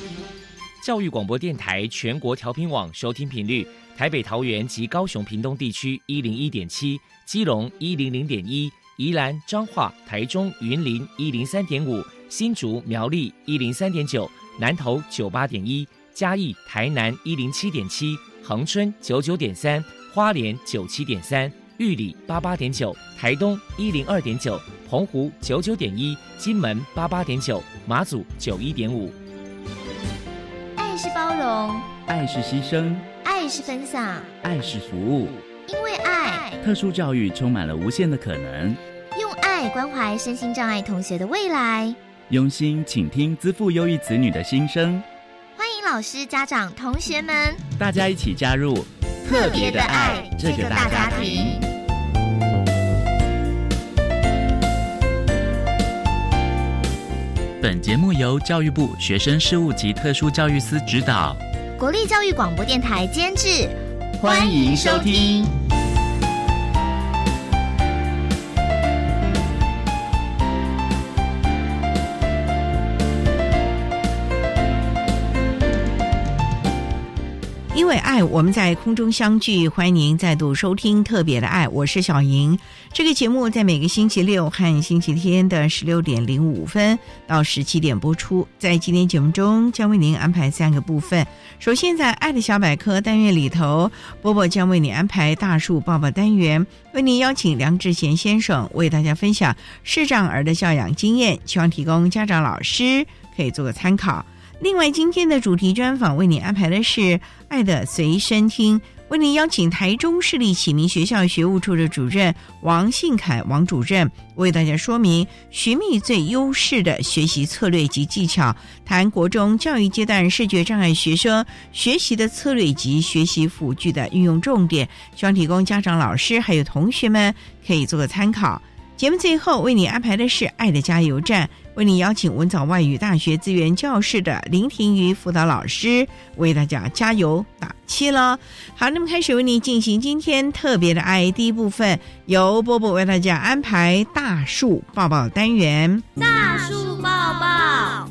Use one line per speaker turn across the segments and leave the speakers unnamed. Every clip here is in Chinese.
教育广播电台全国调频网收听频率：台北、桃园及高雄屏东地区101.7，基隆100.1，宜兰、彰化、台中、云林103.5，新竹、苗栗103.9，南投98.1，嘉义、台南107.7，恒春99.3，花莲97.3，玉里88.9，台东102.9，澎湖99.1，金门88.9，马祖91.5。
爱是包容，
爱是牺牲，
爱是分享，
爱是服务。
因为爱，
特殊教育充满了无限的可能。
用爱关怀身心障碍同学的未来，
用心倾听资赋优异子女的心声。
欢迎老师、家长、同学们，
大家一起加入特别的爱这个大家庭。本节目由教育部学生事务及特殊教育司指导，
国立教育广播电台监制，
欢迎收听。
因为爱，我们在空中相聚，欢迎您再度收听特别的爱，我是小莹。这个节目在每个星期六和星期天的16:05到17点播出。在今天节目中将为您安排3个部分。首先在爱的小百科单元里头，波波将为你安排大树抱抱单元，为您邀请梁志贤先生为大家分享视障儿的教养经验，希望提供家长老师可以做个参考。另外今天的主题专访为你安排的是爱的随身听，为您邀请台中市立启明学校学务处的主任王信凯王主任为大家说明寻觅最优势的学习策略及技巧，谈国中教育阶段视觉障碍学生学习的策略及学习辅具的运用重点，希望提供家长老师还有同学们可以做个参考。节目最后为你安排的是爱的加油站，为你邀请文藻外语大学资源教室的林庭瑜辅导老师为大家加油打气了。好，那么开始为你进行今天特别的爱，第一部分由波波为大家安排大树抱抱单元。
大树抱抱，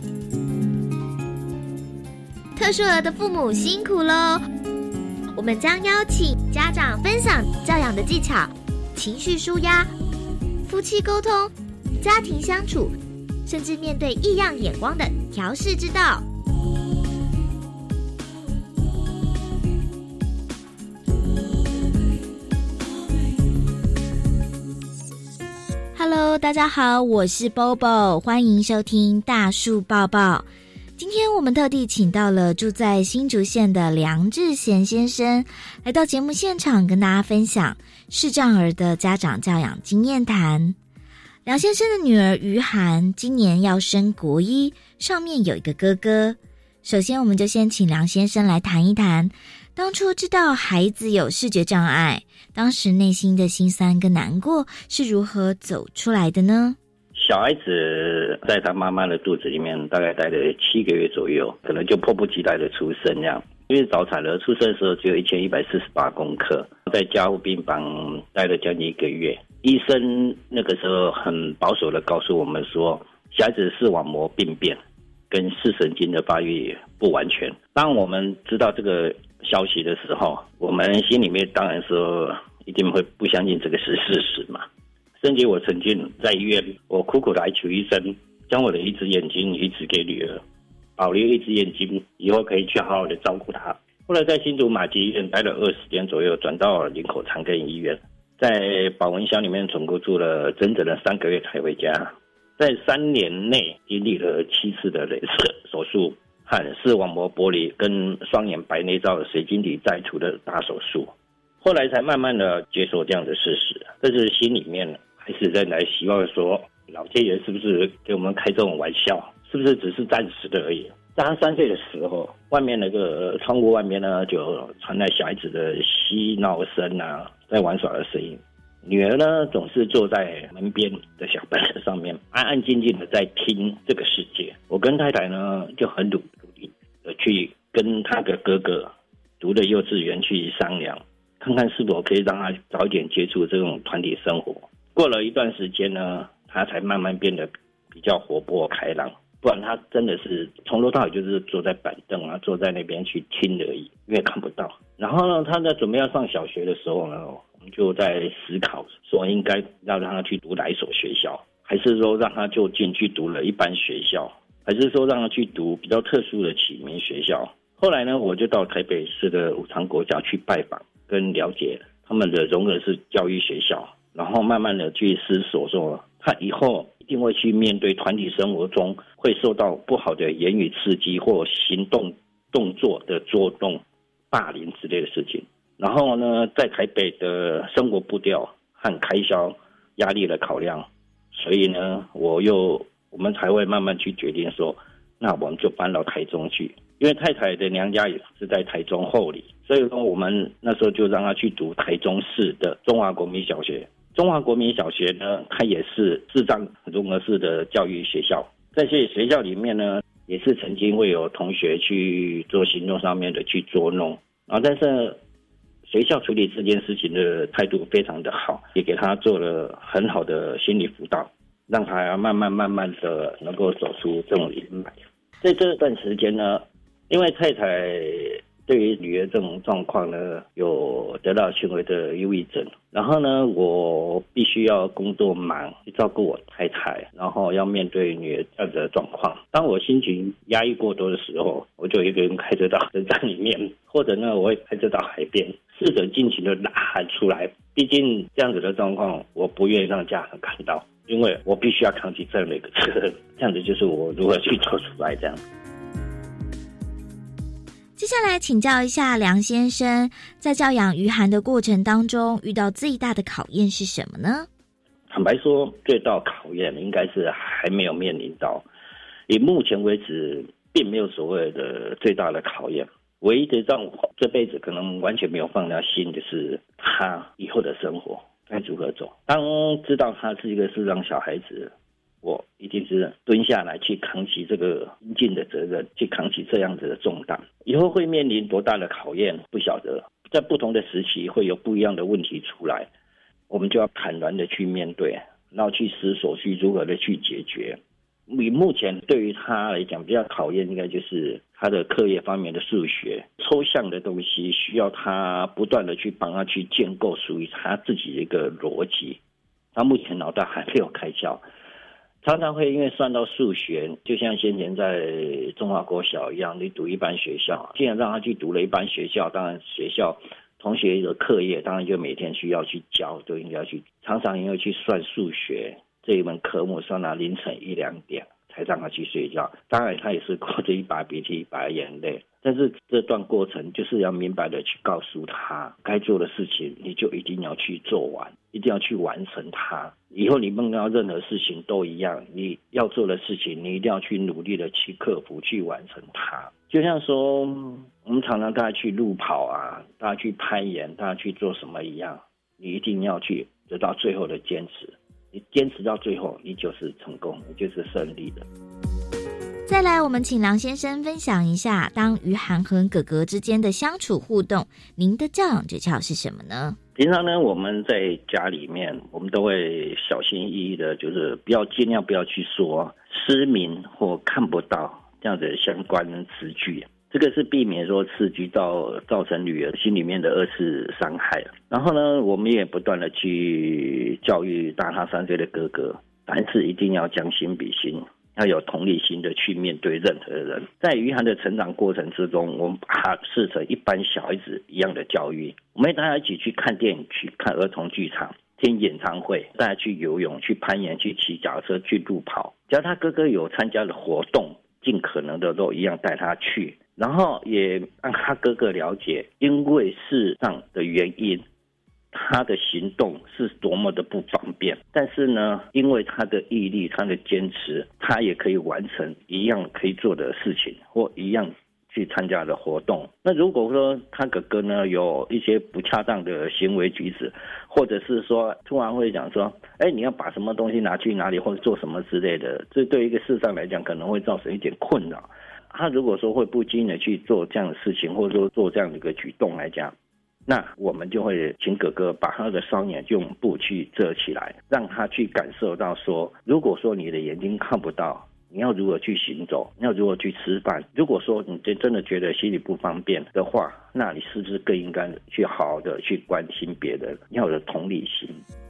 特殊儿的父母辛苦咯，我们将邀请家长分享教养的技巧、情绪抒压、夫妻沟通、家庭相处，甚至面对异样眼光的调适之道。Hello， 大家好，我是 Bobo， 欢迎收听大树抱抱。今天我们特地请到了住在新竹县的梁志贤先生，来到节目现场跟大家分享视障儿的家长教养经验谈。梁先生的女儿于涵今年要升国1，上面有一个哥哥。首先我们就先请梁先生来谈一谈，当初知道孩子有视觉障碍，当时内心的心酸跟难过是如何走出来的呢？
小孩子在他妈妈的肚子里面大概待了7个月左右，可能就迫不及待的出生这样。因为早产儿出生的时候只有1148公克，在加护病房待了将近1个月。医生那个时候很保守的告诉我们说，小孩子视网膜病变跟视神经的发育不完全。当我们知道这个消息的时候，我们心里面当然说一定会不相信这个是事实嘛。甚至我曾经在医院，我苦苦的哀求医生将我的一只眼睛移植给女儿，保留一只眼睛，以后可以去好好的照顾她。后来在新竹马偕医院待了20天左右，转到林口长庚医院，在保温箱里面总共住了整整的3个月才回家。在3年内经历了7次的雷射手术和视网膜剥离跟双眼白内障的水晶体摘除的大手术，后来才慢慢的接受这样的事实，但是心里面还是仍然希望说，老天爷是不是给我们开这种玩笑，是不是只是暂时的而已。在他3岁的时候，外面那个窗户外面呢，就传来小孩子的嬉闹声啊，在玩耍的声音。女儿呢，总是坐在门边的小板凳上面，安安静静的在听这个世界。我跟太太呢，就很努力的去跟他的哥哥读的幼稚园去商量，看看是否可以让他早一点接触这种团体生活。过了一段时间呢，他才慢慢变得比较活泼开朗。 不然他真的是从头到尾就是坐在板凳啊，坐在那边去听而已，因为看不到。然后呢，他在准备要上小学的时候呢，我们就在思考说应该要让他去读哪一所学校，还是说让他就进去读了一般学校，还是说让他去读比较特殊的启明学校。后来呢，我就到台北市的武昌国小去拜访跟了解他们的融合式教育学校，然后慢慢的去思索说他以后一定会去面对团体生活中会受到不好的言语刺激或行动动作的捉弄、霸凌之类的事情。然后呢，在台北的生活步调和开销压力的考量，所以呢，我们才会慢慢去决定说，那我们就搬到台中去。因为太太的娘家也是在台中后里，所以说我们那时候就让她去读台中市的中华国民小学。中华国民小学呢，它也是视障融合式的教育学校。在这学校里面呢，也是曾经会有同学去做行动上面的去捉弄，然后但是学校处理这件事情的态度非常的好，也给他做了很好的心理辅导，让他慢慢的能够走出这种阴霾。在这段时间呢，因为太太对于女儿这种状况呢，有得到轻微的忧郁症，然后呢，我必须要工作忙去照顾我太太，然后要面对女儿这样的状况。当我心情压抑过多的时候，我就一个人开车到深山里面，或者呢，我会开车到海边，试着尽情的呐喊出来。毕竟这样子的状况，我不愿意让家人看到，因为我必须要扛起这样的一个责任。这样子就是我如何去走出来这样。
接下来请教一下梁先生，在教养于涵的过程当中，遇到最大的考验是什么呢？
坦白说，最大考验应该是还没有面临到，以目前为止并没有所谓的最大的考验。唯一的让我这辈子可能完全没有放下心的是他以后的生活该如何走。当知道他是一个视障小孩子，我一定是蹲下来去扛起这个应尽的责任，去扛起这样子的重担。以后会面临多大的考验不晓得，在不同的时期会有不一样的问题出来，我们就要坦然的去面对，然后去思索去如何的去解决。以目前对于他来讲比较考验应该就是他的课业方面的数学抽象的东西，需要他不断的去帮他去建构属于他自己的一个逻辑。他目前脑袋还没有开窍，常常会因为算到数学，就像先前在中华国小一样，你读一般学校，既然让他去读了一般学校，当然学校同学的课业当然就每天需要去教，就应该要去，常常因为去算数学这一门科目，算到凌晨1、2点才让他去睡觉。当然他也是过着一把鼻涕一把眼泪，但是这段过程就是要明白的去告诉他，该做的事情你就一定要去做完，一定要去完成它。以后你梦到任何事情都一样，你要做的事情你一定要去努力的去克服，去完成它。就像说我们常常大家去路跑啊，大家去攀岩，大家去做什么一样，你一定要去得到最后的坚持，你坚持到最后，你就是成功，你就是胜利的。
再来，我们请梁先生分享一下，当于涵和哥哥之间的相处互动，您的教养诀窍是什么呢？
平常呢，我们在家里面，我们都会小心翼翼的，就是尽量不要去说失明或看不到这样的相关词句。这个是避免说刺激造成女儿心里面的二次伤害。然后呢，我们也不断的去教育大他3岁的哥哥，凡事一定要将心比心，要有同理心的去面对任何人。在于涵的成长过程之中，我们把他视成一般小孩子一样的教育。我们大家一起去看电影，去看儿童剧场，听演唱会，大家去游泳，去攀岩，去骑脚车，去路跑。只要他哥哥有参加的活动，尽可能的都一样带他去，然后也让他哥哥了解，因为视障的原因，他的行动是多么的不方便，但是呢，因为他的毅力，他的坚持，他也可以完成一样可以做的事情，或一样去参加的活动。那如果说他哥哥呢有一些不恰当的行为举止，或者是说突然会讲说，你要把什么东西拿去哪里，或者做什么之类的，这对一个视障来讲可能会造成一点困扰。他如果说会不经意的去做这样的事情，或者说做这样的一个举动来讲，那我们就会请哥哥把他的双眼用布去遮起来，让他去感受到说，如果说你的眼睛看不到， 你要如何去行走，你要如何去吃饭。如果说你真的觉得心里不方便的话，那你是不是更应该去好好的去关心别人，要有同理心。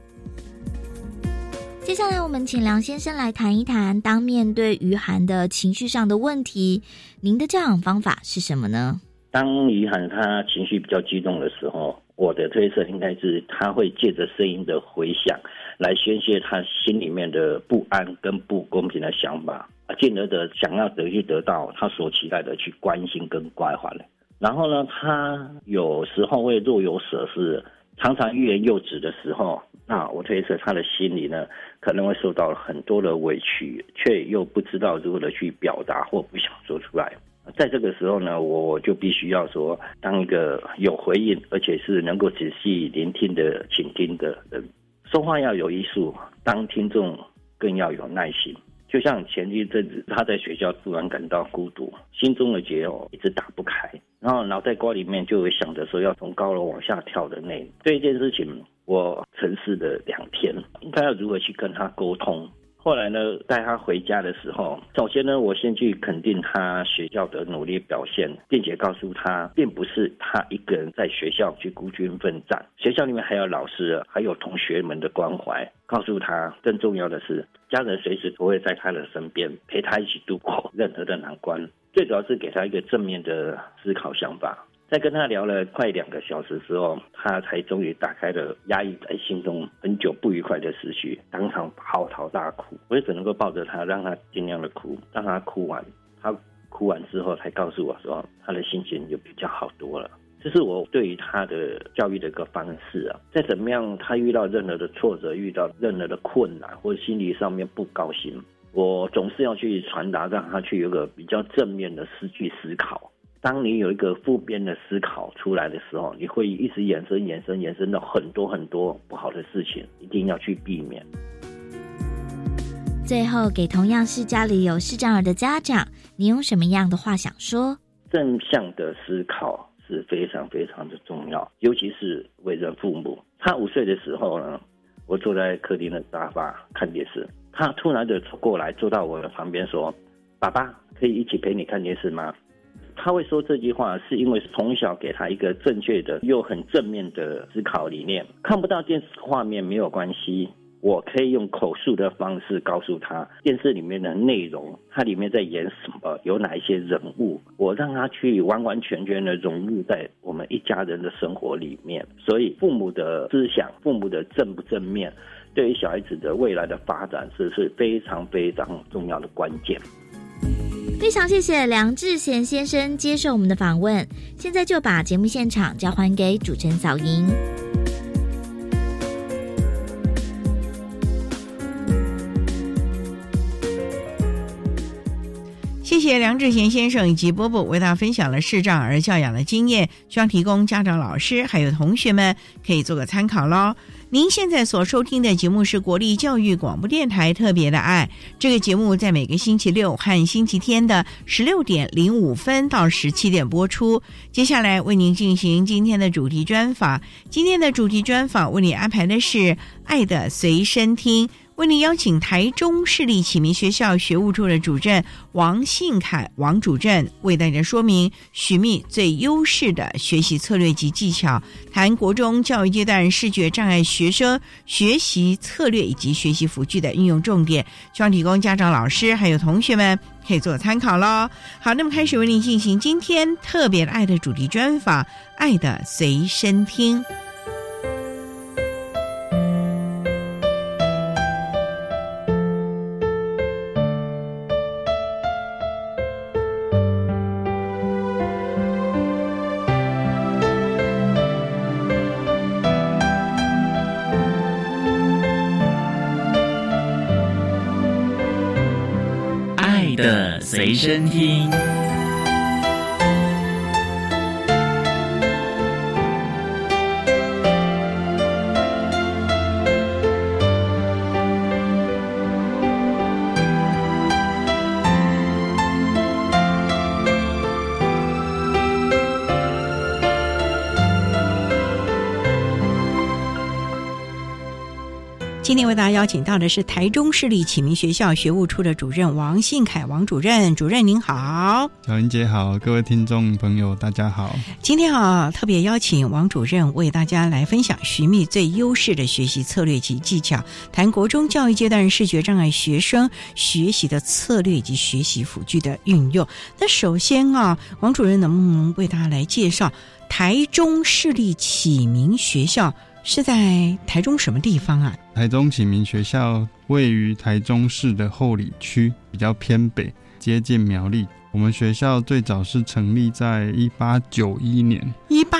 接下来我们请梁先生来谈一谈，当面对于涵的情绪上的问题，您的教养方法是什么呢？
当于涵他情绪比较激动的时候，我的推测应该是他会借着声音的回响来宣泄他心里面的不安跟不公平的想法，进而的想要得到他所期待的去关心跟关怀。然后呢，他有时候会若有所思，常常欲言又止的时候，那我推测他的心里呢可能会受到了很多的委屈，却又不知道如何的去表达或不想说出来。在这个时候呢，我就必须要说，当一个有回应而且是能够仔细聆听的倾听的人。说话要有艺术，当听众更要有耐心。就像前一阵子他在学校突然感到孤独，心中的结一直打不开，然后脑袋瓜里面就会想着说要从高楼往下跳的那这一件事情，我沉思了2天，应该要如何去跟他沟通。后来呢，带他回家的时候，首先呢，我先去肯定他学校的努力表现，并且告诉他，并不是他一个人在学校去孤军奋战，学校里面还有老师，还有同学们的关怀。告诉他，更重要的是，家人随时都会在他的身边，陪他一起度过任何的难关。最主要是给他一个正面的思考想法。在跟他聊了快2个小时之后，他才终于打开了压抑在心中很久不愉快的思绪，当场嚎啕大哭。我也只能够抱着他，让他尽量的哭，让他哭完。他哭完之后才告诉我说，他的心情就比较好多了。这是我对于他的教育的一个方式啊。再怎么样，他遇到任何的挫折，遇到任何的困难，或者心理上面不高兴，我总是要去传达，让他去有个比较正面的去思考。当你有一个负面的思考出来的时候，你会一直延伸到很多不好的事情，一定要去避免。
最后，给同样是家里有视障儿的家长，你有什么样的话想说？
正向的思考是非常非常的重要，尤其是为人父母。他5岁的时候呢，我坐在客厅的沙发看电视，他突然的走过来，坐到我的旁边说：“爸爸，可以一起陪你看电视吗？”他会说这句话，是因为从小给他一个正确的又很正面的思考理念。看不到电视画面没有关系，我可以用口述的方式告诉他电视里面的内容，它里面在演什么，有哪一些人物，我让他去完完全全的融入在我们一家人的生活里面。所以父母的思想，父母的正不正面，对于小孩子的未来的发展是非常非常重要的关键。
非常谢谢梁智贤先生接受我们的访问，现在就把节目现场交还给主持人小莹。
谢谢梁智贤先生以及波波为大家分享了视障儿教养的经验，希望提供家长、老师还有同学们可以做个参考咯。您现在所收听的节目是国立教育广播电台特别的爱，这个节目在每个星期六和星期天的16点05分到17点播出。接下来为您进行今天的主题专访，今天的主题专访为你安排的是爱的随身听，为您邀请台中市立启明学校学务处的主任王信凯王主任为大家说明许宓最优势的学习策略及技巧，谈国中教育阶段视觉障碍学生学习策略以及学习辅具的运用重点，希望提供家长、老师还有同学们可以做参考咯。好，那么开始为您进行今天特别的爱的主题专访，爱的随身听。
的随身听。
今天为大家邀请到的是台中市立启明学校学务处的主任王信凯王主任。主任您好。
小英姐好，各位听众朋友大家好。
今天特别邀请王主任为大家来分享徐密最优势的学习策略及技巧，谈国中教育阶段视觉障碍学生学习的策略以及学习辅具的运用。那首先王主任能不能为大家来介绍台中市立启明学校是在台中什么地方啊？
台中启明学校位于台中市的后里区，比较偏北，接近苗栗。我们学校最早是成立在1891年。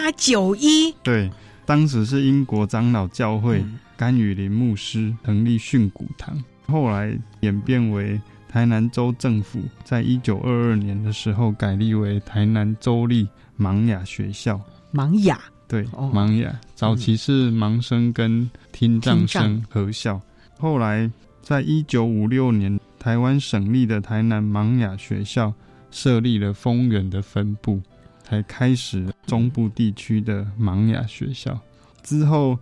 1891？
对，当时是英国长老教会甘雨林牧师成立训诂堂，后来演变为台南州政府在1922年的时候改立为台南州立盲哑学校。
盲哑？
对，盲哑早期是盲生跟听障生合校，后来在1956年台湾省立的台南盲哑学校设立了丰原的分部，才开始中部地区的盲哑学校。之后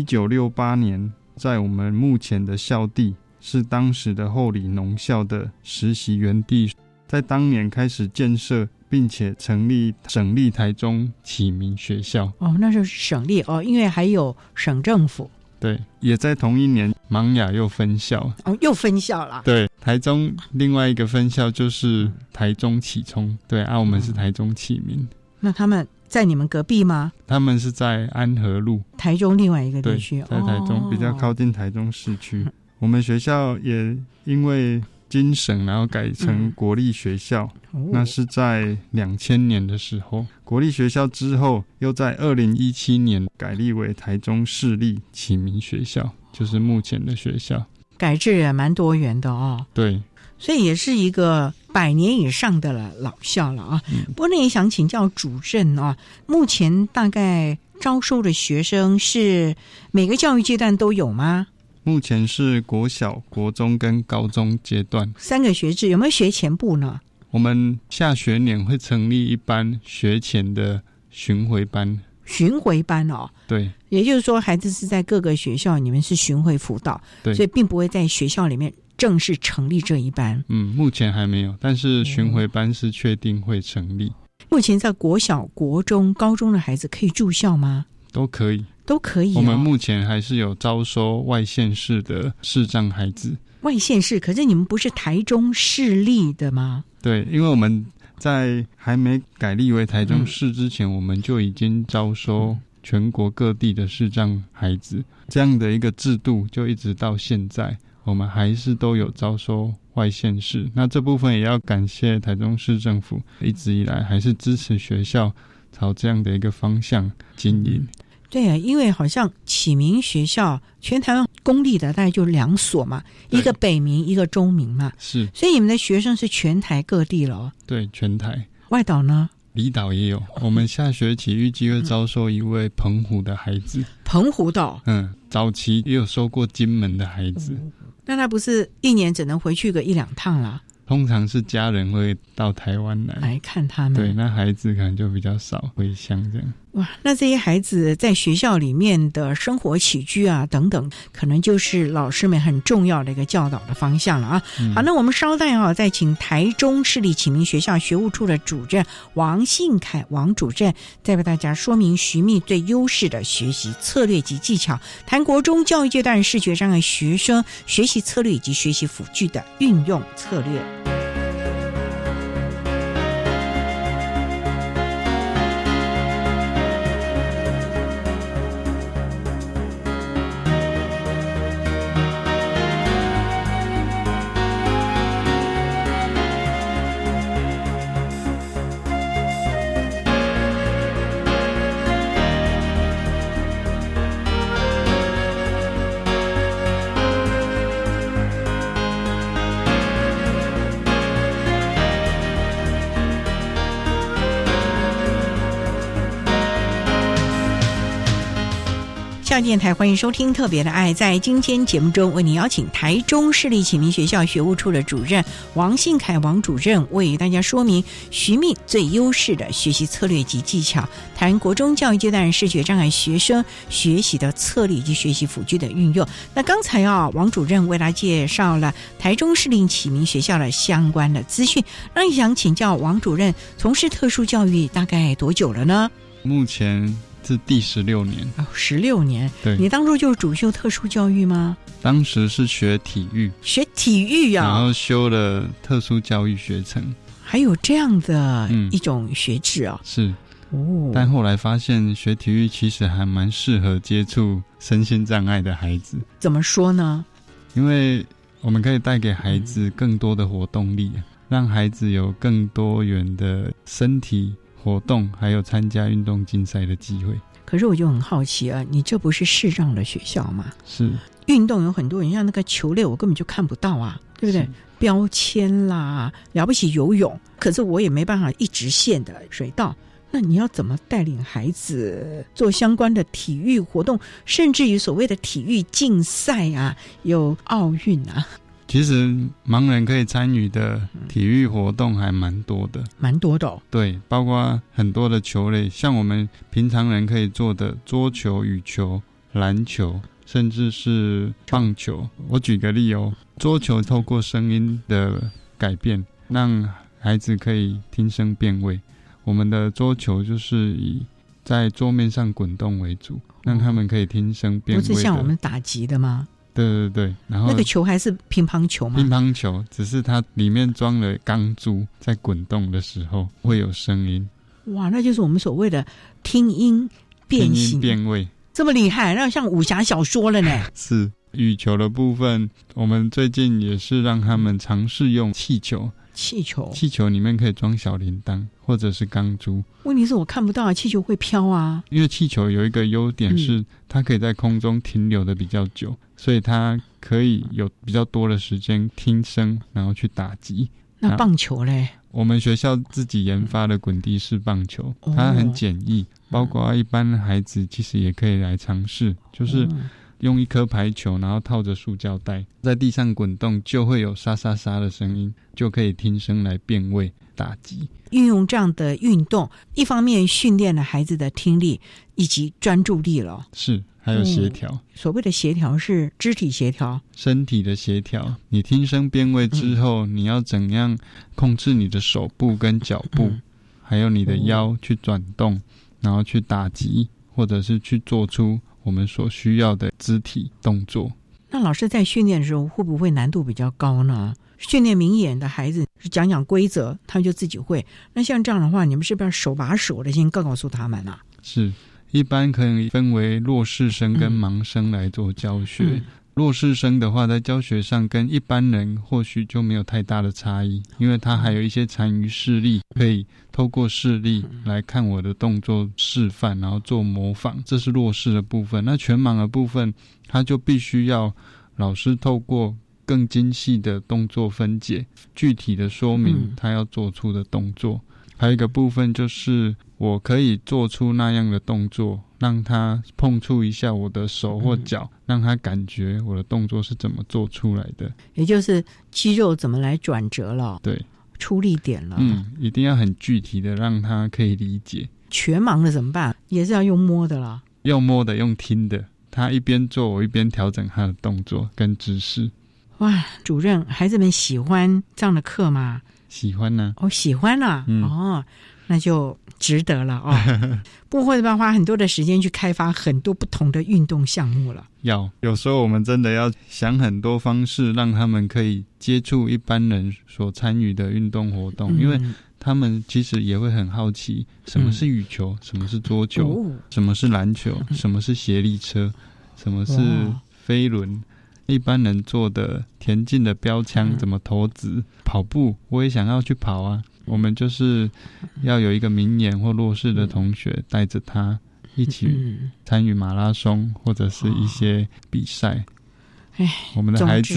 1968年在我们目前的校地是当时的后里农校的实习园地，在当年开始建设并且成立省立台中启明学校。
那是省立因为还有省政府。
对，也在同一年盲哑又分校。
又分校了。
对，台中另外一个分校就是台中启聪。对我们是台中启明。
那他们在你们隔壁吗？
他们是在安和路，
台中另外一个地区。
在台中，比较靠近台中市区。我们学校也因为经省然后改成国立学校，那是在2000年的时候。国立学校之后又在2017年改立为台中市立启明学校，就是目前的学校。
改制也蛮多元的
对，
所以也是一个100年以上的老校了不过呢，也想请教主任目前大概招收的学生是每个教育阶段都有吗？
目前是国小、国中跟高中阶段
3个学制，有没有学前部呢？
我们下学年会成立一班学前的巡回班。
巡回班
对，
也就是说孩子是在各个学校你们是巡回辅导，
对，
所以并不会在学校里面正式成立这一班。
目前还没有，但是巡回班是确定会成立。
目前在国小、国中、高中的孩子可以住校吗？
都可以。
都可以
我们目前还是有招收外县市的视障孩子。
外县市？可是你们不是台中市立的吗？
对，因为我们在还没改立为台中市之前，我们就已经招收全国各地的视障孩子，这样的一个制度就一直到现在，我们还是都有招收外县市。那这部分也要感谢台中市政府一直以来还是支持学校朝这样的一个方向经营。
对啊，因为好像启明学校全台湾公立的大概就2所嘛，一个北明一个中明嘛，
是，
所以你们的学生是全台各地了
对，全台。
外岛呢？
离岛也有，我们下学期预计会招收一位澎湖的孩子。
澎湖岛？
早期也有收过金门的孩子。
那他不是1年只能回去个1-2趟啦？
通常是家人会到台湾来
看他们。
对，那孩子可能就比较少回乡这样。
哇，那这些孩子在学校里面的生活起居等等，可能就是老师们很重要的一个教导的方向了好，那我们稍待再请台中市立启明学校学务处的主任王信凯王主任再为大家说明徐密最优势的学习策略及技巧，谈国中教育阶段视觉障碍学生学习策略以及学习辅具的运用策略。 教电台，欢迎收听特别的爱。在今天节目中，为你邀请台中市立启明学校学务处的主任王信凯王主任，为大家说明徐命最优势的学习策略及技巧，谈国中教育阶段视觉障碍学生学习的策略以及学习辅具的运用。那刚才王主任为大家介绍了台中市立启明学校的相关的资讯，那你想请教王主任，从事特殊教育大概多久了呢？
目前是第16年。
16年。
对。
你当初就是主修特殊教育吗？
当时是学体育。
学体育啊，
然后修了特殊教育学程。
还有这样的一种学制啊？
是。但后来发现学体育其实还蛮适合接触身心障碍的孩子。
怎么说呢？
因为我们可以带给孩子更多的活动力，让孩子有更多元的身体活动，还有参加运动竞赛的机会。
可是我就很好奇啊，你这不是视障的学校吗？
是。
运动有很多人，像那个球类我根本就看不到啊，对不对？标签啦，了不起游泳，可是我也没办法一直线的水道。那你要怎么带领孩子做相关的体育活动，甚至于所谓的体育竞赛啊，有奥运啊？
其实盲人可以参与的体育活动还蛮多的。
蛮多的。
对，包括很多的球类，像我们平常人可以做的桌球、羽球、篮球，甚至是棒球。我举个例桌球透过声音的改变，让孩子可以听声辨位。我们的桌球就是以在桌面上滚动为主，让他们可以听声辨位。
不是像我们打击的吗？
对，然后
那个球还是乒乓球吗？
乒乓球，只是它里面装了钢珠，在滚动的时候会有声音。
哇，那就是我们所谓的听音辨形、听音
辨位，这
么厉害，那像武侠小说了呢。
是。羽球的部分，我们最近也是让他们尝试用气球。气球里面可以装小铃铛或者是钢珠。
问题是我看不到气球会飘啊。
因为气球有一个优点是它可以在空中停留的比较久，所以它可以有比较多的时间听声，然后去打击。
那棒球嘞？
我们学校自己研发的滚地式棒球，它很简易，包括一般孩子其实也可以来尝试，就是用一颗排球，然后套着塑胶袋在地上滚动，就会有沙沙沙的声音，就可以听声来辨位打击。
运用这样的运动，一方面训练了孩子的听力以及专注力了。
是，还有协调。
所谓的协调是肢体协调，
身体的协调。你听声辨位之后，你要怎样控制你的手部跟脚步，还有你的腰去转动，然后去打击，或者是去做出我们所需要的肢体动作。
那老师在训练的时候会不会难度比较高呢？训练明眼的孩子讲规则他们就自己会，那像这样的话你们是不是要手把手的先告诉他们啊？
是，一般可以分为弱视生跟盲生来做教学。弱视生的话在教学上跟一般人或许就没有太大的差异，因为他还有一些残余视力，可以透过视力来看我的动作示范，然后做模仿，这是弱视的部分。那全盲的部分他就必须要老师透过更精细的动作分解，具体的说明他要做出的动作。还有一个部分就是我可以做出那样的动作，让他碰触一下我的手或脚，让他感觉我的动作是怎么做出来的，
也就是肌肉怎么来转折了，
对，
出力点了。
一定要很具体的让他可以理解。
全盲的怎么办？也是要用摸的啦。
用摸的，用听的，他一边做我一边调整他的动作跟姿势。
哇，主任，孩子们喜欢这样的课吗？
喜欢呢。
喜欢啊。那就值得了不会吧，花很多的时间去开发很多不同的运动项目了。
有时候我们真的要想很多方式让他们可以接触一般人所参与的运动活动，因为他们其实也会很好奇什么是羽球，什么是桌球，什么是篮球，什么是协力车，什么是飞轮，一般人做的田径的标枪怎么投掷，跑步我也想要去跑啊。我们就是要有一个明眼或弱视的同学带着他一起参与马拉松或者是一些比赛。我们的孩子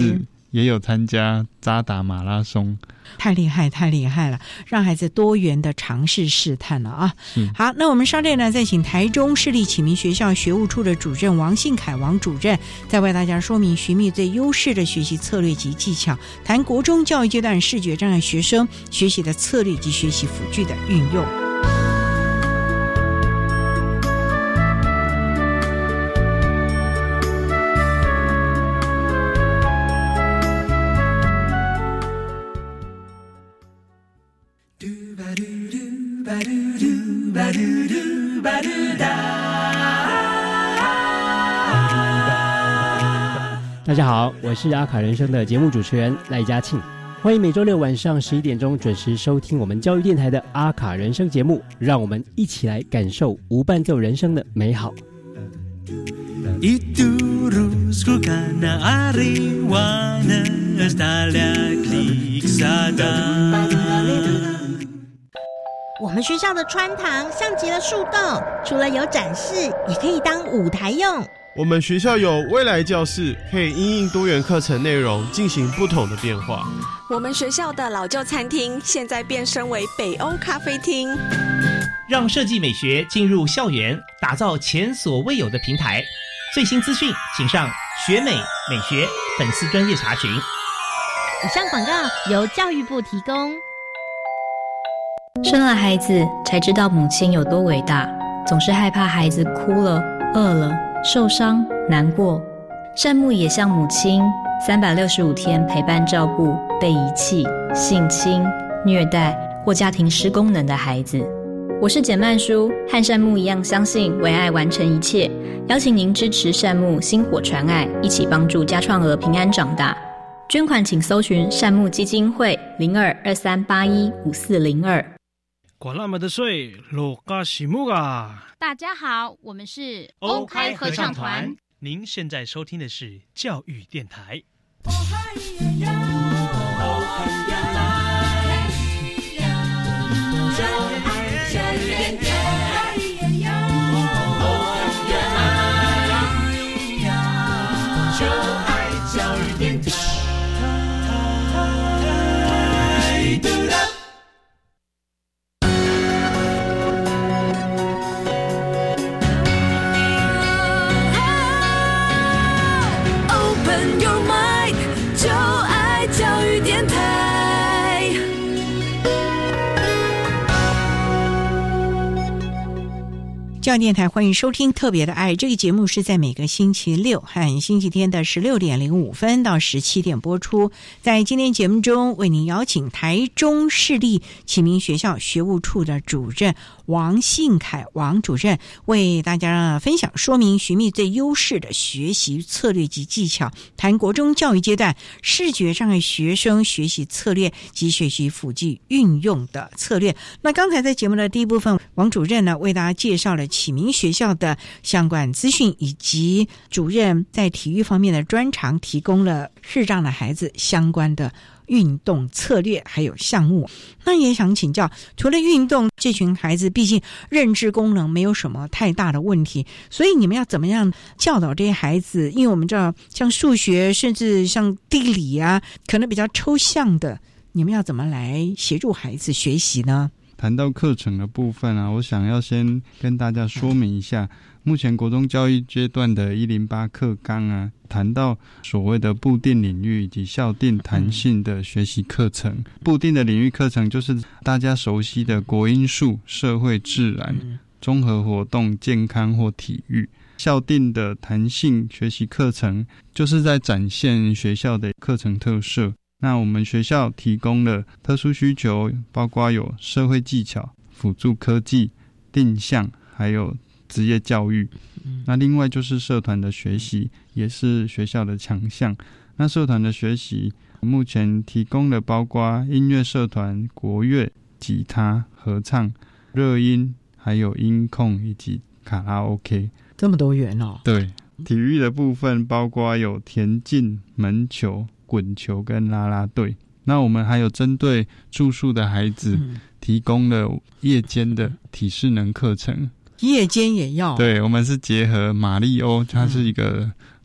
也有参加扎达马拉松。
太厉害太厉害了，让孩子多元的尝试试探了啊！好，那我们稍待呢，再请台中市立启明学校学务处的主任王信凯王主任，再为大家说明寻觅最优势的学习策略及技巧，谈国中教育阶段视觉障碍学生学习的策略及学习辅具的运用。
大家好，我是阿卡人生的节目主持人赖嘉庆，欢迎每周六晚上11点钟准时收听我们教育电台的阿卡人生节目，让我们一起来感受无伴奏人生的美好。
我们学校的穿堂像极了树洞，除了有展示，也可以当舞台用。
我们学校有未来教室，可以因应多元课程内容进行不同的变化。
我们学校的老旧餐厅现在变身为北欧咖啡厅。
让设计美学进入校园，打造前所未有的平台。最新资讯请上学美美学粉丝专页查询。
以上广告由教育部提供。
生了孩子才知道母亲有多伟大，总是害怕孩子哭了、饿了、受伤、难过。善牧也像母亲，365天陪伴照顾被遗弃、性侵、虐待或家庭失功能的孩子。我是简曼书，和善牧一样相信为爱完成一切，邀请您支持善牧薪火传爱，一起帮助家创儿平安长大。捐款请搜寻善牧基金会0223815402。
管那么的水，罗嘎西木啊！
大家好，我们是
欧开合唱团。您现在收听的是教育电台。
教育电台欢迎收听特别的爱，这个节目是在每个星期六和星期天的16点05分到17点播出。在今天节目中，为您邀请台中市立启明学校学务处的主任王信凯王主任，为大家分享说明寻觅最优势的学习策略及技巧，谈国中教育阶段视觉障碍学生学习策略及学习辅具运用的策略。那刚才在节目的第一部分，王主任呢为大家介绍了启明学校的相关资讯，以及主任在体育方面的专长，提供了视障的孩子相关的运动策略还有项目。那也想请教，除了运动，这群孩子毕竟认知功能没有什么太大的问题，所以你们要怎么样教导这些孩子？因为我们知道像数学甚至像地理啊，可能比较抽象的，你们要怎么来协助孩子学习呢？
谈到课程的部分啊，我想要先跟大家说明一下，目前国中教育阶段的108课纲啊，谈到所谓的部定领域以及校定弹性的学习课程。部定的领域课程就是大家熟悉的国英数、社会自然、综合活动、健康或体育。校定的弹性学习课程就是在展现学校的课程特色。那我们学校提供了特殊需求，包括有社会技巧、辅助科技、定向，还有职业教育。那另外就是社团的学习，也是学校的强项。那社团的学习目前提供了包括音乐社团、国乐、吉他、合唱、热音，还有音控以及卡拉 OK。
这么多元哦。
对，体育的部分包括有田径、门球、滚球跟啦啦队。那我们还有针对住宿的孩子提供了夜间的体适能课程。
夜间也要？
对，我们是结合马里欧，它是一个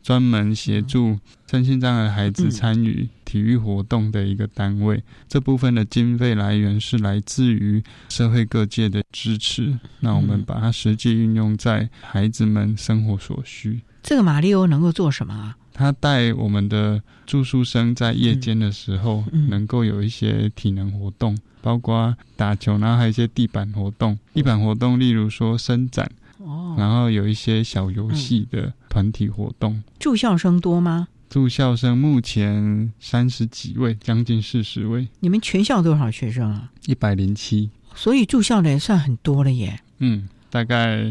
专门协助身心障碍孩子参与体育活动的一个单位。这部分的经费来源是来自于社会各界的支持，那我们把它实际运用在孩子们生活所需。
这个马里欧能够做什么啊？
他带我们的住宿生在夜间的时候能够有一些体能活动，包括打球，然后还有一些地板活动。地板活动例如说伸展，然后有一些小游戏的团体活动。
住校生多吗？
住校生目前30几位，将近40位。
你们全校多少学生啊
？107。
所以住校的也算很多了耶。
大概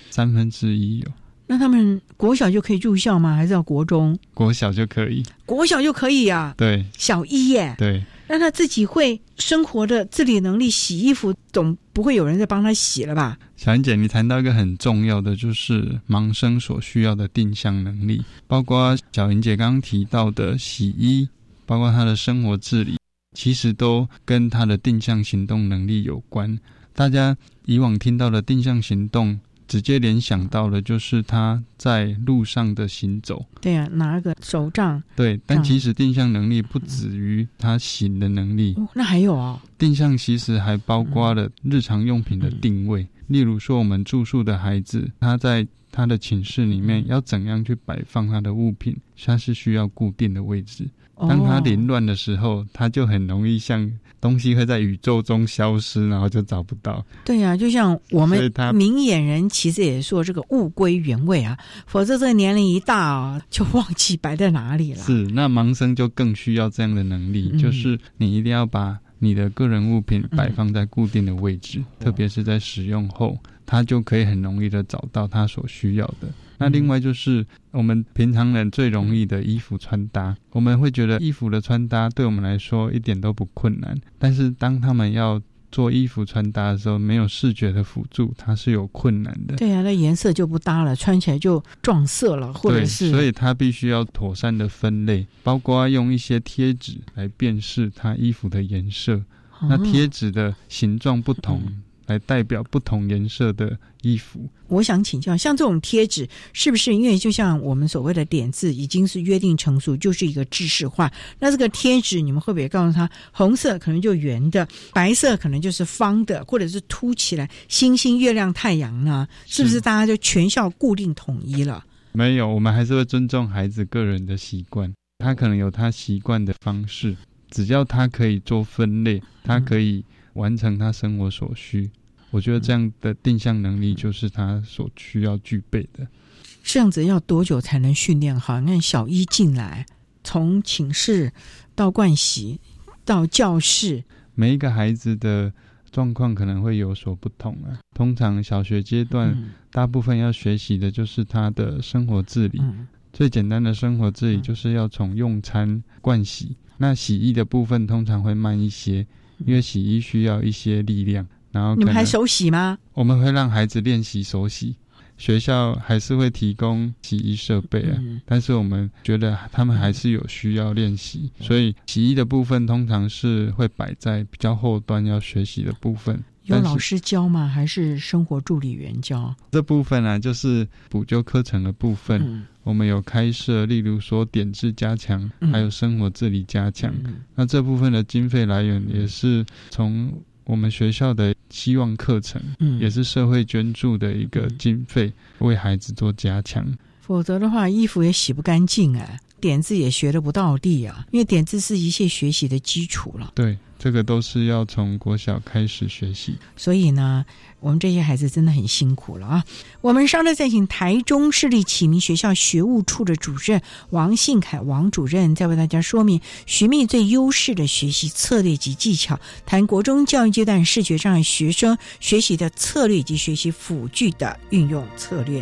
1/3有。
那他们国小就可以住校吗？还是要国中？
国小就可以。
国小就可以啊？
对，
小一耶。
对。
那他自己会生活的自理能力，洗衣服总不会有人在帮他洗了吧？
小英姐，你谈到一个很重要的，就是盲生所需要的定向能力，包括小英姐刚刚提到的洗衣，包括他的生活自理，其实都跟他的定向行动能力有关。大家以往听到的定向行动，直接联想到的就是他在路上的行走。
对啊，拿个手杖。
对，但其实定向能力不止于他行的能力。
那还有啊？
定向其实还包括了日常用品的定位。例如说我们住宿的孩子，他在他的寝室里面要怎样去摆放他的物品，他是需要固定的位置。当他凌乱的时候，他就很容易像东西会在宇宙中消失，然后就找不到。
对啊，就像我们明眼人其实也说这个物归原位啊，否则这个年龄一大啊，就忘记摆在哪里了。
是，那盲生就更需要这样的能力，就是你一定要把你的个人物品摆放在固定的位置，特别是在使用后，他就可以很容易的找到他所需要的。那另外就是我们平常人最容易的衣服穿搭，我们会觉得衣服的穿搭对我们来说一点都不困难，但是当他们要做衣服穿搭的时候，没有视觉的辅助，它是有困难的。
对啊，那颜色就不搭了，穿起来就撞色了，或者是。
对，所以它必须要妥善的分类，包括用一些贴纸来辨识它衣服的颜色。那贴纸的形状不同，来代表不同颜色的衣服。
我想请教，像这种贴纸是不是因为就像我们所谓的点字已经是约定成熟，就是一个制式化，那这个贴纸你们会不会告诉他红色可能就圆的，白色可能就是方的，或者是凸起来星星月亮太阳呢？是不是大家就全校固定统一了？
没有，我们还是会尊重孩子个人的习惯，他可能有他习惯的方式，只要他可以做分类，他可以完成他生活所需，我觉得这样的定向能力就是他所需要具备的。
这样子要多久才能训练好？那小一进来，从寝室到盥洗到教室，
每一个孩子的状况可能会有所不同啊。通常小学阶段，大部分要学习的就是他的生活自理。最简单的生活自理就是要从用餐、盥洗。那洗衣的部分通常会慢一些，因为洗衣需要一些力量。然后
你们还手洗吗？
我们会让孩子练习手洗，学校还是会提供洗衣设备啊，但是我们觉得他们还是有需要练习，所以洗衣的部分通常是会摆在比较后端要学习的部分。
有老师教吗？还是生活助理员教？
这部分啊，就是补救课程的部分，我们有开设，例如说点字加强，还有生活自理加强。那这部分的经费来源也是从我们学校的希望课程，也是社会捐助的一个经费，为孩子做加强。
否则的话，衣服也洗不干净啊，点字也学得不到地啊，因为点字是一切学习的基础了。
对，这个都是要从国小开始学习。
所以呢，我们这些孩子真的很辛苦了啊！我们稍后再请台中市立启明学校学务处的主任王信凯王主任，再为大家说明寻觅最优势的学习策略及技巧，谈国中教育阶段视觉障碍学生学习的策略以及学习辅具的运用策略。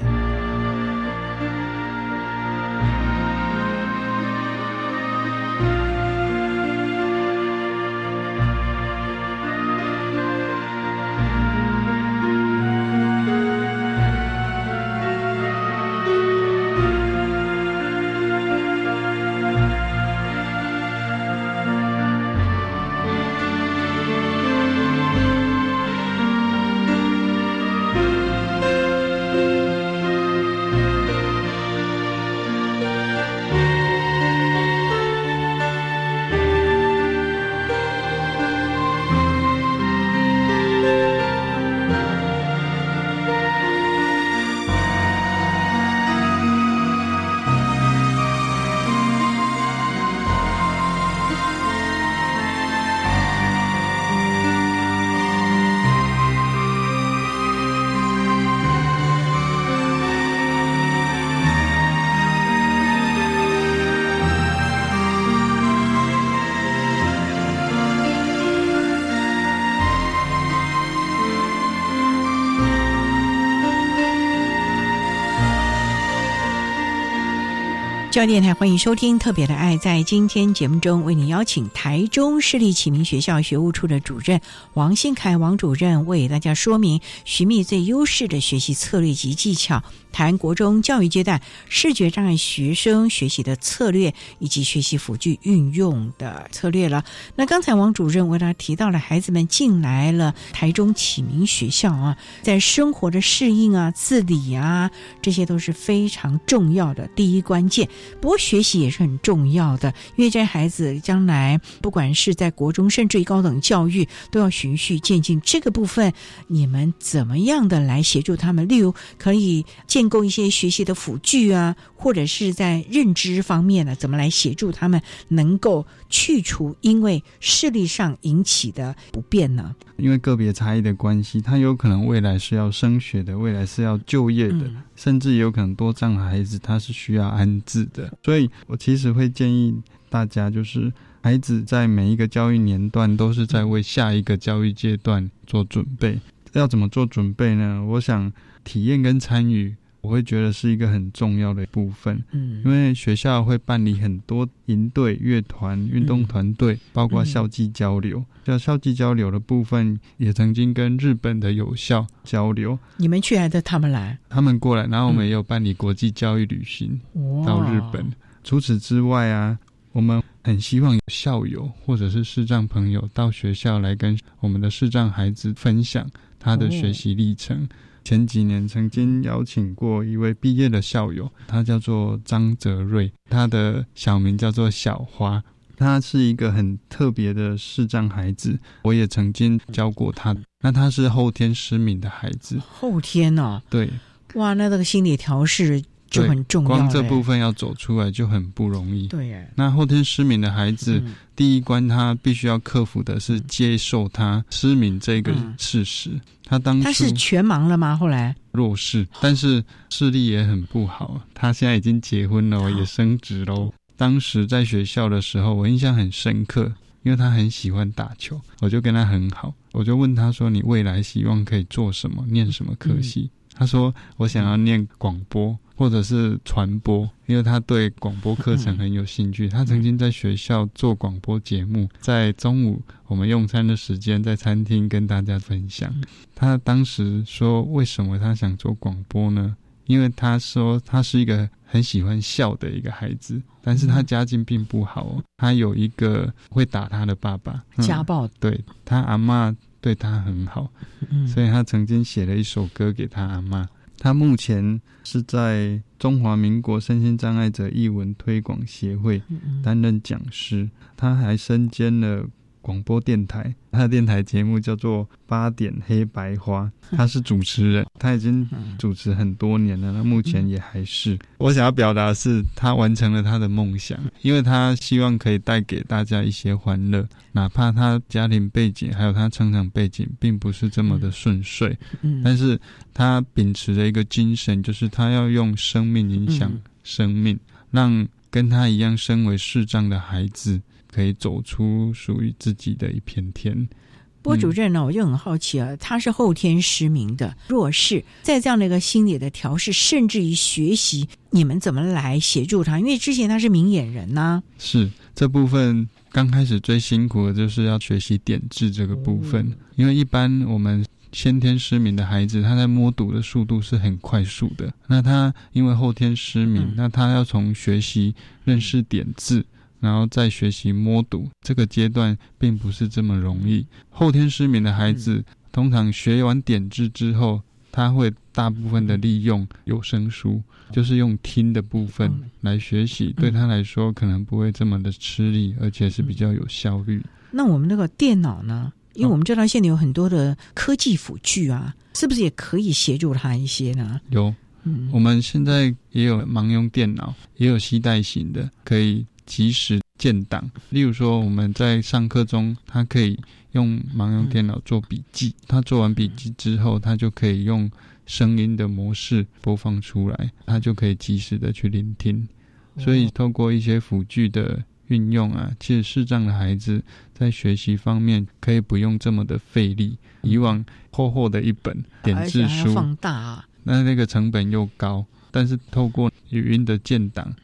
教育电台欢迎收听特别的爱，在今天节目中为您邀请台中市立启明学校学务处的主任王信凯王主任为大家说明寻觅最优势的学习策略及技巧，谈国中教育阶段视觉障碍学生学习的策略以及学习辅具运用的策略了。那刚才王主任为大家提到了孩子们进来了台中启明学校啊，在生活的适应啊、自理啊，这些都是非常重要的第一关键。不过学习也是很重要的，因为这孩子将来不管是在国中甚至于高等教育都要循序渐进，这个部分你们怎么样的来协助他们？例如可以建构一些学习的辅具啊，或者是在认知方面呢，怎么来协助他们能够去除因为视力上引起的不便呢？
因为个别差异的关系，他有可能未来是要升学的，未来是要就业的，甚至也有可能多障的孩子他是需要安置的。所以我其实会建议大家，就是孩子在每一个教育年段都是在为下一个教育阶段做准备。要怎么做准备呢？我想体验跟参与我会觉得是一个很重要的部分，因为学校会办理很多营队、乐团、运动团队，包括校际交流。校际交流的部分也曾经跟日本的友校交流。你们去还是他们来？他们过来，然后我们也有办理国际教育旅行到日本。除此之外啊，我们很希望有校友或者是视障朋友到学校来跟我们的视障孩子分享他的学习历程。前几年曾经邀请过一位毕业的校友，他叫做张泽瑞，他的小名叫做小花。他是一个很特别的视障孩子，我也曾经教过他。那他是后天失明的孩子。后天哦？对。哇，那这个心理调试就很重要，光这部分要走出来就很不容易。对耶。那后天失明的孩子，第一关他必须要克服的是接受他失明这个事实。他是全盲了吗？后来弱视，但是视力也很不好。他现在已经结婚了，也升职喽。当时在学校的时候，我印象很深刻，因为他很喜欢打球，我就跟他很好。我就问他说：“你未来希望可以做什么？念什么科系？”他说：“我想要念广播或者是传播，因为他对广播课程很有兴趣。他曾经在学校做广播节目，在中午我们用餐的时间在餐厅跟大家分享。他当时说为什么他想做广播呢？因为他说他是一个很喜欢笑的一个孩子，但是他家境并不好，他有一个会打他的爸爸，家暴。对，他阿嬷对他很好，所以他曾经写了一首歌给他阿嬷。他目前是在中华民国身心障碍者艺文推广协会担任讲师，他还身兼了广播电台，他的电台节目叫做8点黑白花，他是主持人，他已经主持很多年了，那目前也还是。我想要表达的是他完成了他的梦想，因为他希望可以带给大家一些欢乐，哪怕他家庭背景还有他成长背景并不是这么的顺遂，但是他秉持的一个精神就是他要用生命影响生命，让跟他一样身为视障的孩子可以走出属于自己的一片天。郭主任呢，我就很好奇啊，他是后天失明的弱视，在这样的一个心理的调试，甚至于学习，你们怎么来协助他？因为之前他是明眼人啊。是，这部分刚开始最辛苦的就是要学习点字这个部分，因为一般我们先天失明的孩子，他在摸读的速度是很快速的，那他因为后天失明，那他要从学习认识点字然后再学习摸读，这个阶段并不是这么容易。后天失明的孩子通常学完点字之后，他会大部分的利用有声书，就是用听的部分来学习，对他来说可能不会这么的吃力，而且是比较有效率。那我们那个电脑呢？因为我们知道现在有很多的科技辅具啊，是不是也可以协助他一些呢？有，我们现在也有盲用电脑，也有携带型的，可以及时建档。例如说我们在上课中，他可以用盲用电脑做笔记，他做完笔记之后，他就可以用声音的模式播放出来，他就可以及时的去聆听。所以透过一些辅具的运用啊，其实视障的孩子在学习方面可以不用这么的费力。以往厚厚的一本点字书，而且还要放大啊，那个成本又高，但是透过语音的建档，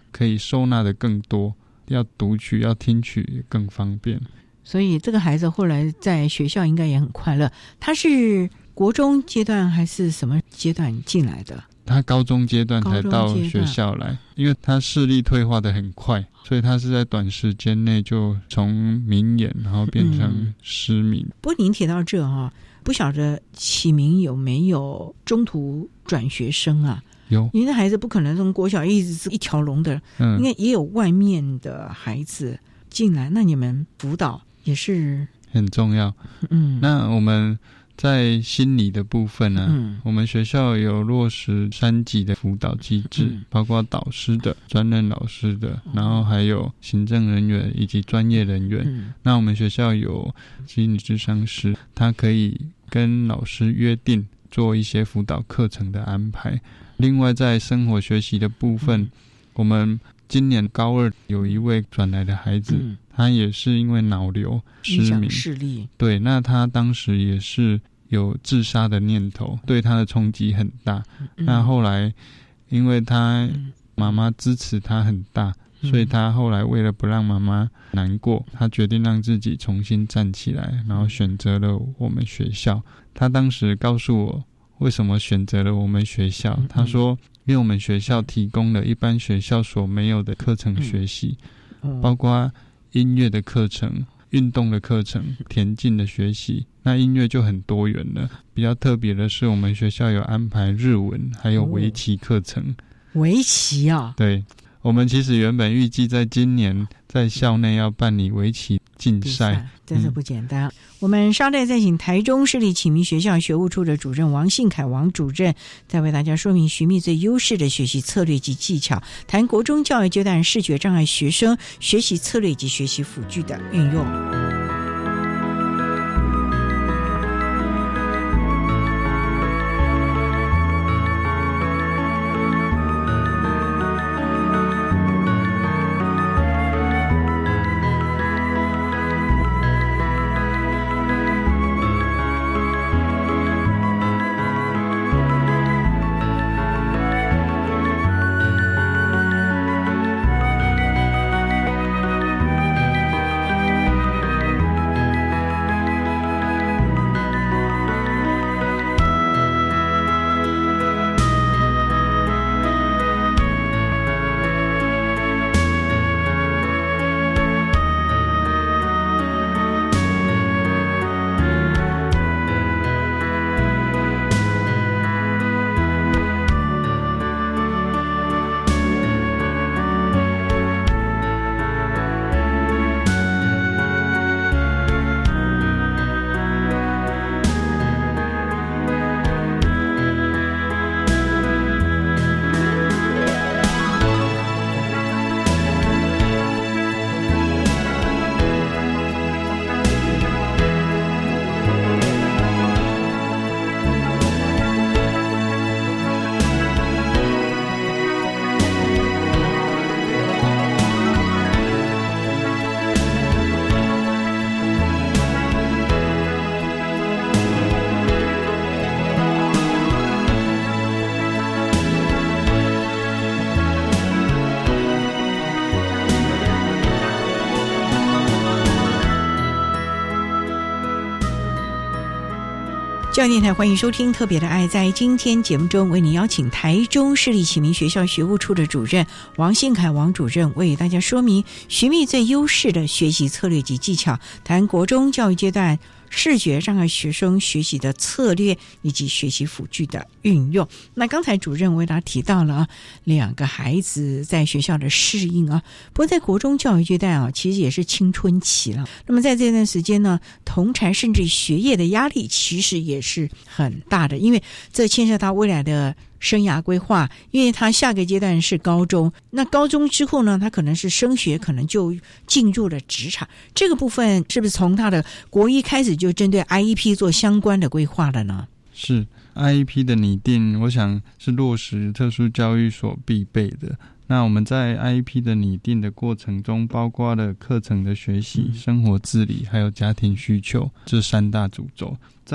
可以收纳的更多，要读取要听取也更方便。
所以这个孩子后来在学校应该也很快乐。他是国中阶段还是什么阶段进来的？
他高中阶段才到学校来，因为他视力退化的很快，所以他是在短时间内就从明眼然后变成失明。
不过您提到这不晓得启明有没有中途转学生啊？
有，
您的孩子不可能从国小一直是一条龙的，应该也有外面的孩子进来，那你们辅导也是
很重要。那我们在心理的部分呢，我们学校有落实3级的辅导机制，包括导师的、专任老师的，然后还有行政人员以及专业人员。那我们学校有心理咨商师，他可以跟老师约定做一些辅导课程的安排。另外在生活学习的部分，我们今年高2有一位转来的孩子，他也是因为脑瘤失明
视力，
对，那他当时也是有自杀的念头，对他的冲击很大。那后来因为他妈妈支持他很大，所以他后来为了不让妈妈难过，他决定让自己重新站起来，然后选择了我们学校。他当时告诉我为什么选择了我们学校，他说因为我们学校提供了一般学校所没有的课程学习，包括音乐的课程、运动的课程、田径的学习。那音乐就很多元了，比较特别的是我们学校有安排日文还有围棋课程。
围棋啊？
对，我们其实原本预计在今年在校内要办理围棋竞赛，
真是不简单。我们稍待再请台中市立启明学校学务处的主任王信凯王主任，再为大家说明学密最优势的学习策略及技巧，谈国中教育阶段视觉障碍学生学习策略及学习辅具的运用。教育电台欢迎收听特别的爱，在今天节目中为您邀请台中市立启明学校学务处的主任王信凯王主任为大家说明学密最优势的学习策略及技巧，谈国中教育阶段视觉障碍学生学习的策略以及学习辅具的运用。那刚才主任为大家提到了2个孩子在学校的适应不过在国中教育阶段其实也是青春期了。那么在这段时间呢，同侪甚至学业的压力其实也是很大的，因为这牵涉到未来的生涯规划，因为他下个阶段是高中，那高中之后呢，他可能是升学，可能就进入了职场。这个部分是不是从他的国一开始就针对 IEP 做相关的规划了呢？
是 IEP 的拟定，我想是落实特殊教育所必备的。那我们在 IEP 的拟定的过程中，包括了课程的学习、生活自理还有家庭需求这3大主轴。在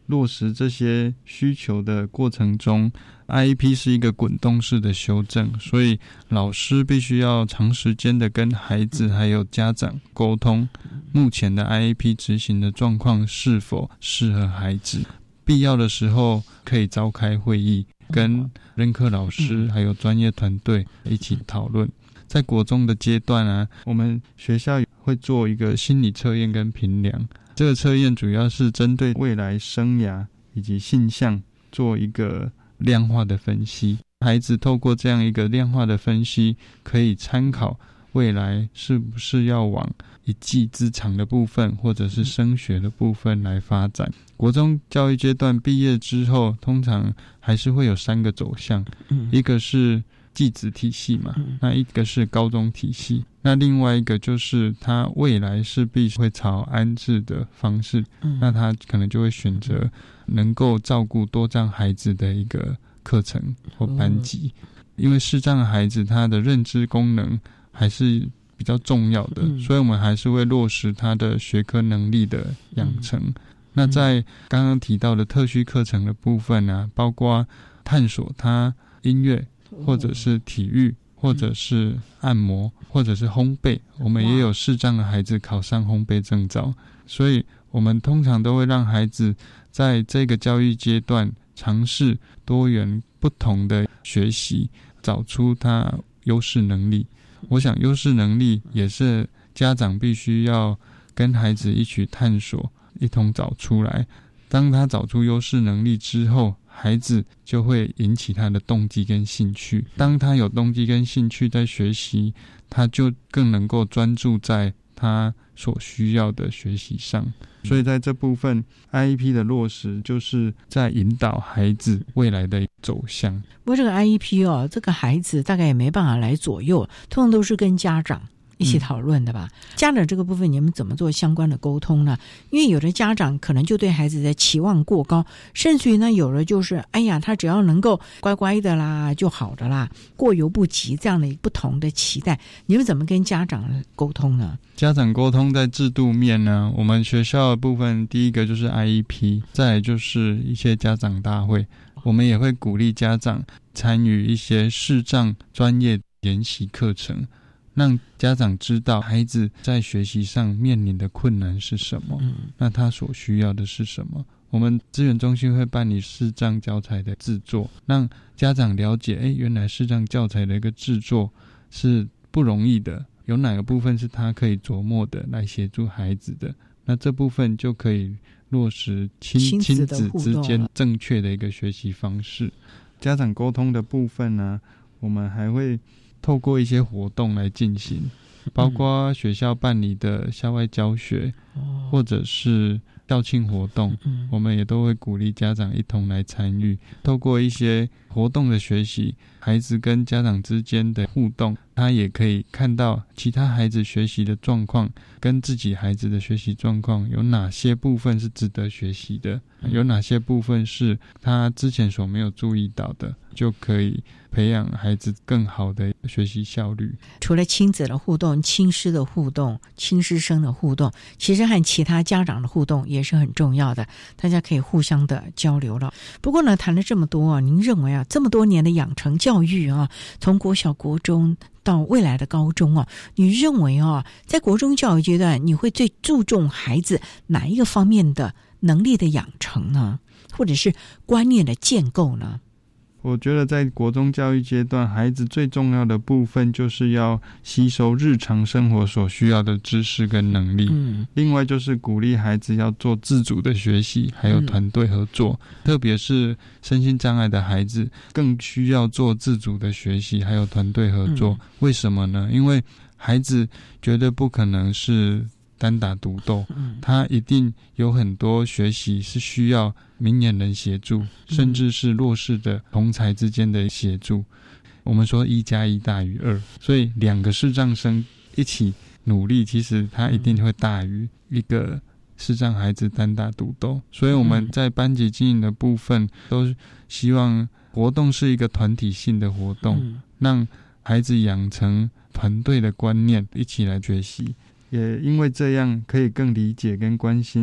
落实这些需求的过程中， IEP 是一个滚动式的修正，所以老师必须要长时间的跟孩子还有家长沟通目前的 IEP 执行的状况是否适合孩子，必要的时候可以召开会议，跟任课老师还有专业团队一起讨论。在国中的阶段啊，我们学校会做一个心理测验跟评量，这个测验主要是针对未来生涯以及性向做一个量化的分析，孩子透过这样一个量化的分析，可以参考未来是不是要往一技之长的部分或者是升学的部分来发展。国中教育阶段毕业之后，通常还是会有3个走向，一个是技职体系嘛，那一个是高中体系，那另外一个就是他未来势必会朝安置的方式，那他可能就会选择能够照顾多障孩子的一个课程或班级，因为视障孩子他的认知功能还是比较重要的，所以我们还是会落实他的学科能力的养成。那在刚刚提到的特需课程的部分啊，包括探索他音乐或者是体育或者是按摩或者是烘焙，我们也有视障的孩子考上烘焙证照，所以我们通常都会让孩子在这个教育阶段尝试多元不同的学习，找出他优势能力。我想优势能力也是家长必须要跟孩子一起探索，一同找出来。当他找出优势能力之后，孩子就会引起他的动机跟兴趣，当他有动机跟兴趣在学习，他就更能够专注在他所需要的学习上。所以在这部分 IEP 的落实就是在引导孩子未来的走向。
不过这个 IEP 这个孩子大概也没办法来左右，通常都是跟家长一起讨论的吧。家长这个部分你们怎么做相关的沟通呢？因为有的家长可能就对孩子的期望过高，甚至于呢有的就是哎呀他只要能够乖乖的啦就好的啦，过犹不及这样的不同的期待，你们怎么跟家长沟通呢？
家长沟通在制度面呢，我们学校的部分第一个就是 IEP， 再来就是一些家长大会，我们也会鼓励家长参与一些视障专业研习课程，让家长知道孩子在学习上面临的困难是什么，那他所需要的是什么。我们资源中心会办理视障教材的制作，让家长了解原来视障教材的一个制作是不容易的，有哪个部分是他可以琢磨的来协助孩子的，那这部分就可以落实亲子之间正确的一个学习方式。家长沟通的部分呢，我们还会透过一些活动来进行，包括学校办理的校外教学，或者是校庆活动，我们也都会鼓励家长一同来参与。透过一些活动的学习，孩子跟家长之间的互动，他也可以看到其他孩子学习的状况跟自己孩子的学习状况有哪些部分是值得学习的，有哪些部分是他之前所没有注意到的，就可以培养孩子更好的学习效率。
除了亲子的互动、亲师的互动、亲师生的互动，其实和其他家长的互动也是很重要的，大家可以互相的交流了。不过呢，谈了这么多您认为这么多年的养成教育从国小、国中到未来的高中你认为在国中教育阶段，你会最注重孩子哪一个方面的能力的养成呢？或者是观念的建构呢？
我觉得在国中教育阶段，孩子最重要的部分就是要吸收日常生活所需要的知识跟能力，另外就是鼓励孩子要做自主的学习，还有团队合作，特别是身心障碍的孩子更需要做自主的学习还有团队合作。为什么呢？因为孩子绝对不可能是单打独斗，他一定有很多学习是需要明眼人协助，甚至是弱势的同侪之间的协助。我们说1+1大于2，所以2个视障生一起努力，其实他一定会大于一个视障孩子单打独斗。所以我们在班级经营的部分都希望活动是一个团体性的活动，让孩子养成团队的观念，一起来学习。也因为这样可以更理解跟关心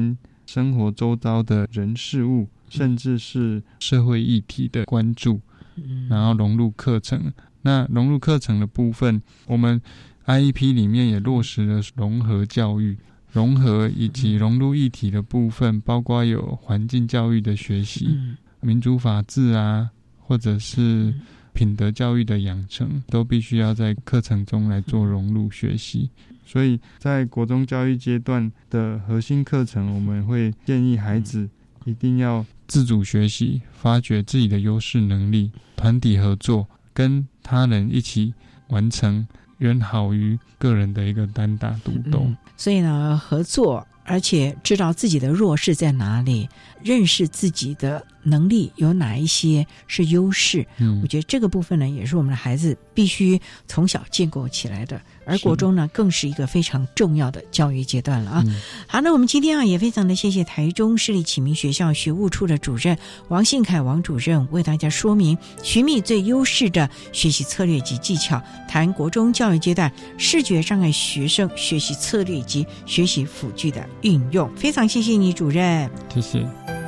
生活周遭的人事物，甚至是社会议题的关注，然后融入课程。那融入课程的部分，我们 IEP 里面也落实了融合教育，融合以及融入议题的部分，包括有环境教育的学习，民主法治啊，或者是品德教育的养成，都必须要在课程中来做融入学习。所以在国中教育阶段的核心课程，我们会建议孩子一定要自主学习，发掘自己的优势能力，团体合作，跟他人一起完成，远好于个人的一个单打独斗。
所以呢，合作，而且知道自己的弱势在哪里，认识自己的能力有哪一些是优势。我觉得这个部分呢，也是我们的孩子必须从小建构起来的。而国中呢，更是一个非常重要的教育阶段了啊。好，那我们今天也非常的谢谢台中市立启明学校学务处的主任王信凯王主任为大家说明寻觅最优势的学习策略及技巧，谈国中教育阶段视觉障碍学生学习策略及学习辅具的运用。非常谢谢你主任。
谢谢。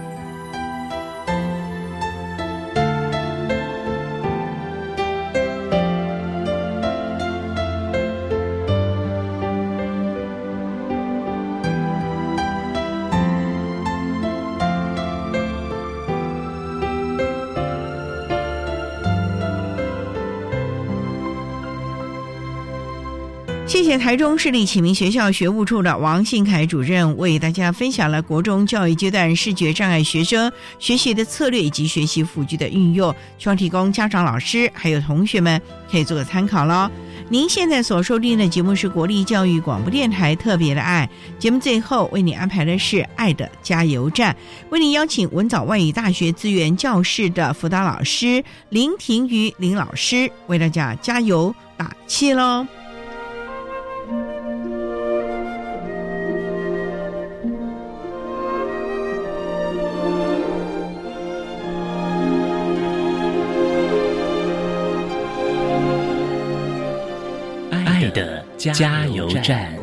谢谢台中市立启明学校学务处的王信凯主任为大家分享了国中教育阶段视觉障碍学生学习的策略以及学习辅具的运用，希望提供家长、老师还有同学们可以做个参考咯。您现在所收听的节目是国立教育广播电台特别的爱节目，最后为你安排的是爱的加油站，为你邀请文藻外语大学资源教室的辅导老师林庭瑜林老师为大家加油打气咯。
爱的加油站。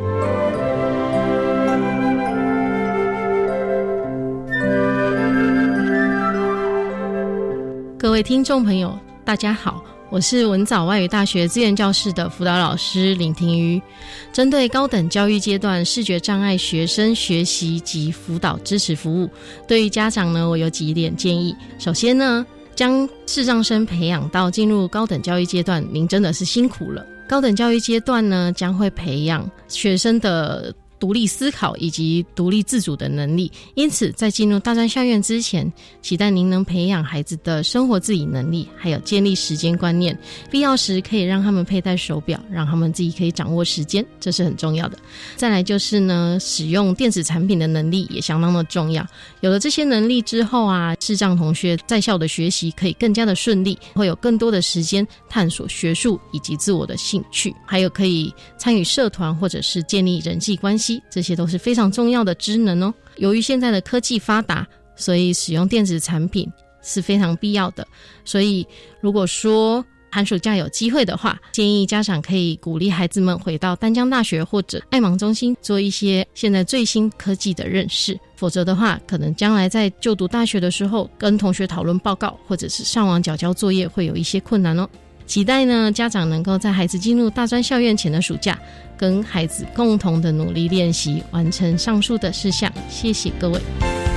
各位听众朋友大家好，我是文藻外语大学资源教室的辅导老师林庭瑜。针对高等教育阶段视觉障碍学生学习及辅导支持服务，对于家长呢，我有几点建议。首先呢，将视障生培养到进入高等教育阶段，您真的是辛苦了。高等教育阶段呢，将会培养学生的独立思考以及独立自主的能力，因此在进入大专校院之前，期待您能培养孩子的生活自理能力，还有建立时间观念，必要时可以让他们佩戴手表，让他们自己可以掌握时间，这是很重要的。再来就是呢，使用电子产品的能力也相当的重要。有了这些能力之后啊，视障同学在校的学习可以更加的顺利，会有更多的时间探索学术以及自我的兴趣，还有可以参与社团或者是建立人际关系，这些都是非常重要的职能哦。由于现在的科技发达，所以使用电子产品是非常必要的。所以如果说寒暑假有机会的话，建议家长可以鼓励孩子们回到淡江大学或者爱盲中心做一些现在最新科技的认识，否则的话，可能将来在就读大学的时候跟同学讨论报告或者是上网缴交作业会有一些困难哦。期待呢，家长能够在孩子进入大专校院前的暑假，跟孩子共同的努力练习，完成上述的事项。谢谢各位。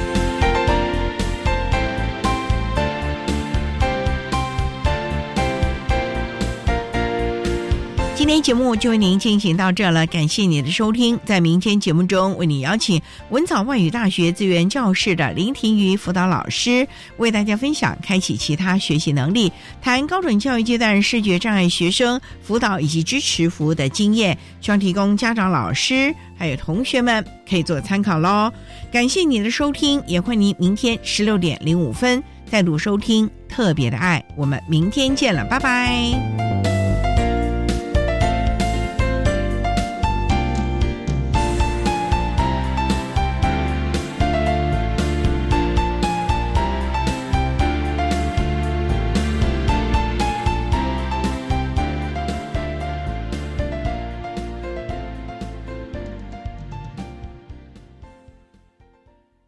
今天节目就为您进行到这了，感谢你的收听。在明天节目中，为你邀请文藻外语大学资源教室的林庭瑜辅导老师，为大家分享开启其他学习能力，谈高等教育阶段视觉障碍学生辅导以及支持服务的经验，希望提供家长、老师还有同学们可以做参考咯。感谢你的收听，也欢迎您明天16点05分再度收听特别的爱。我们明天见了，拜拜。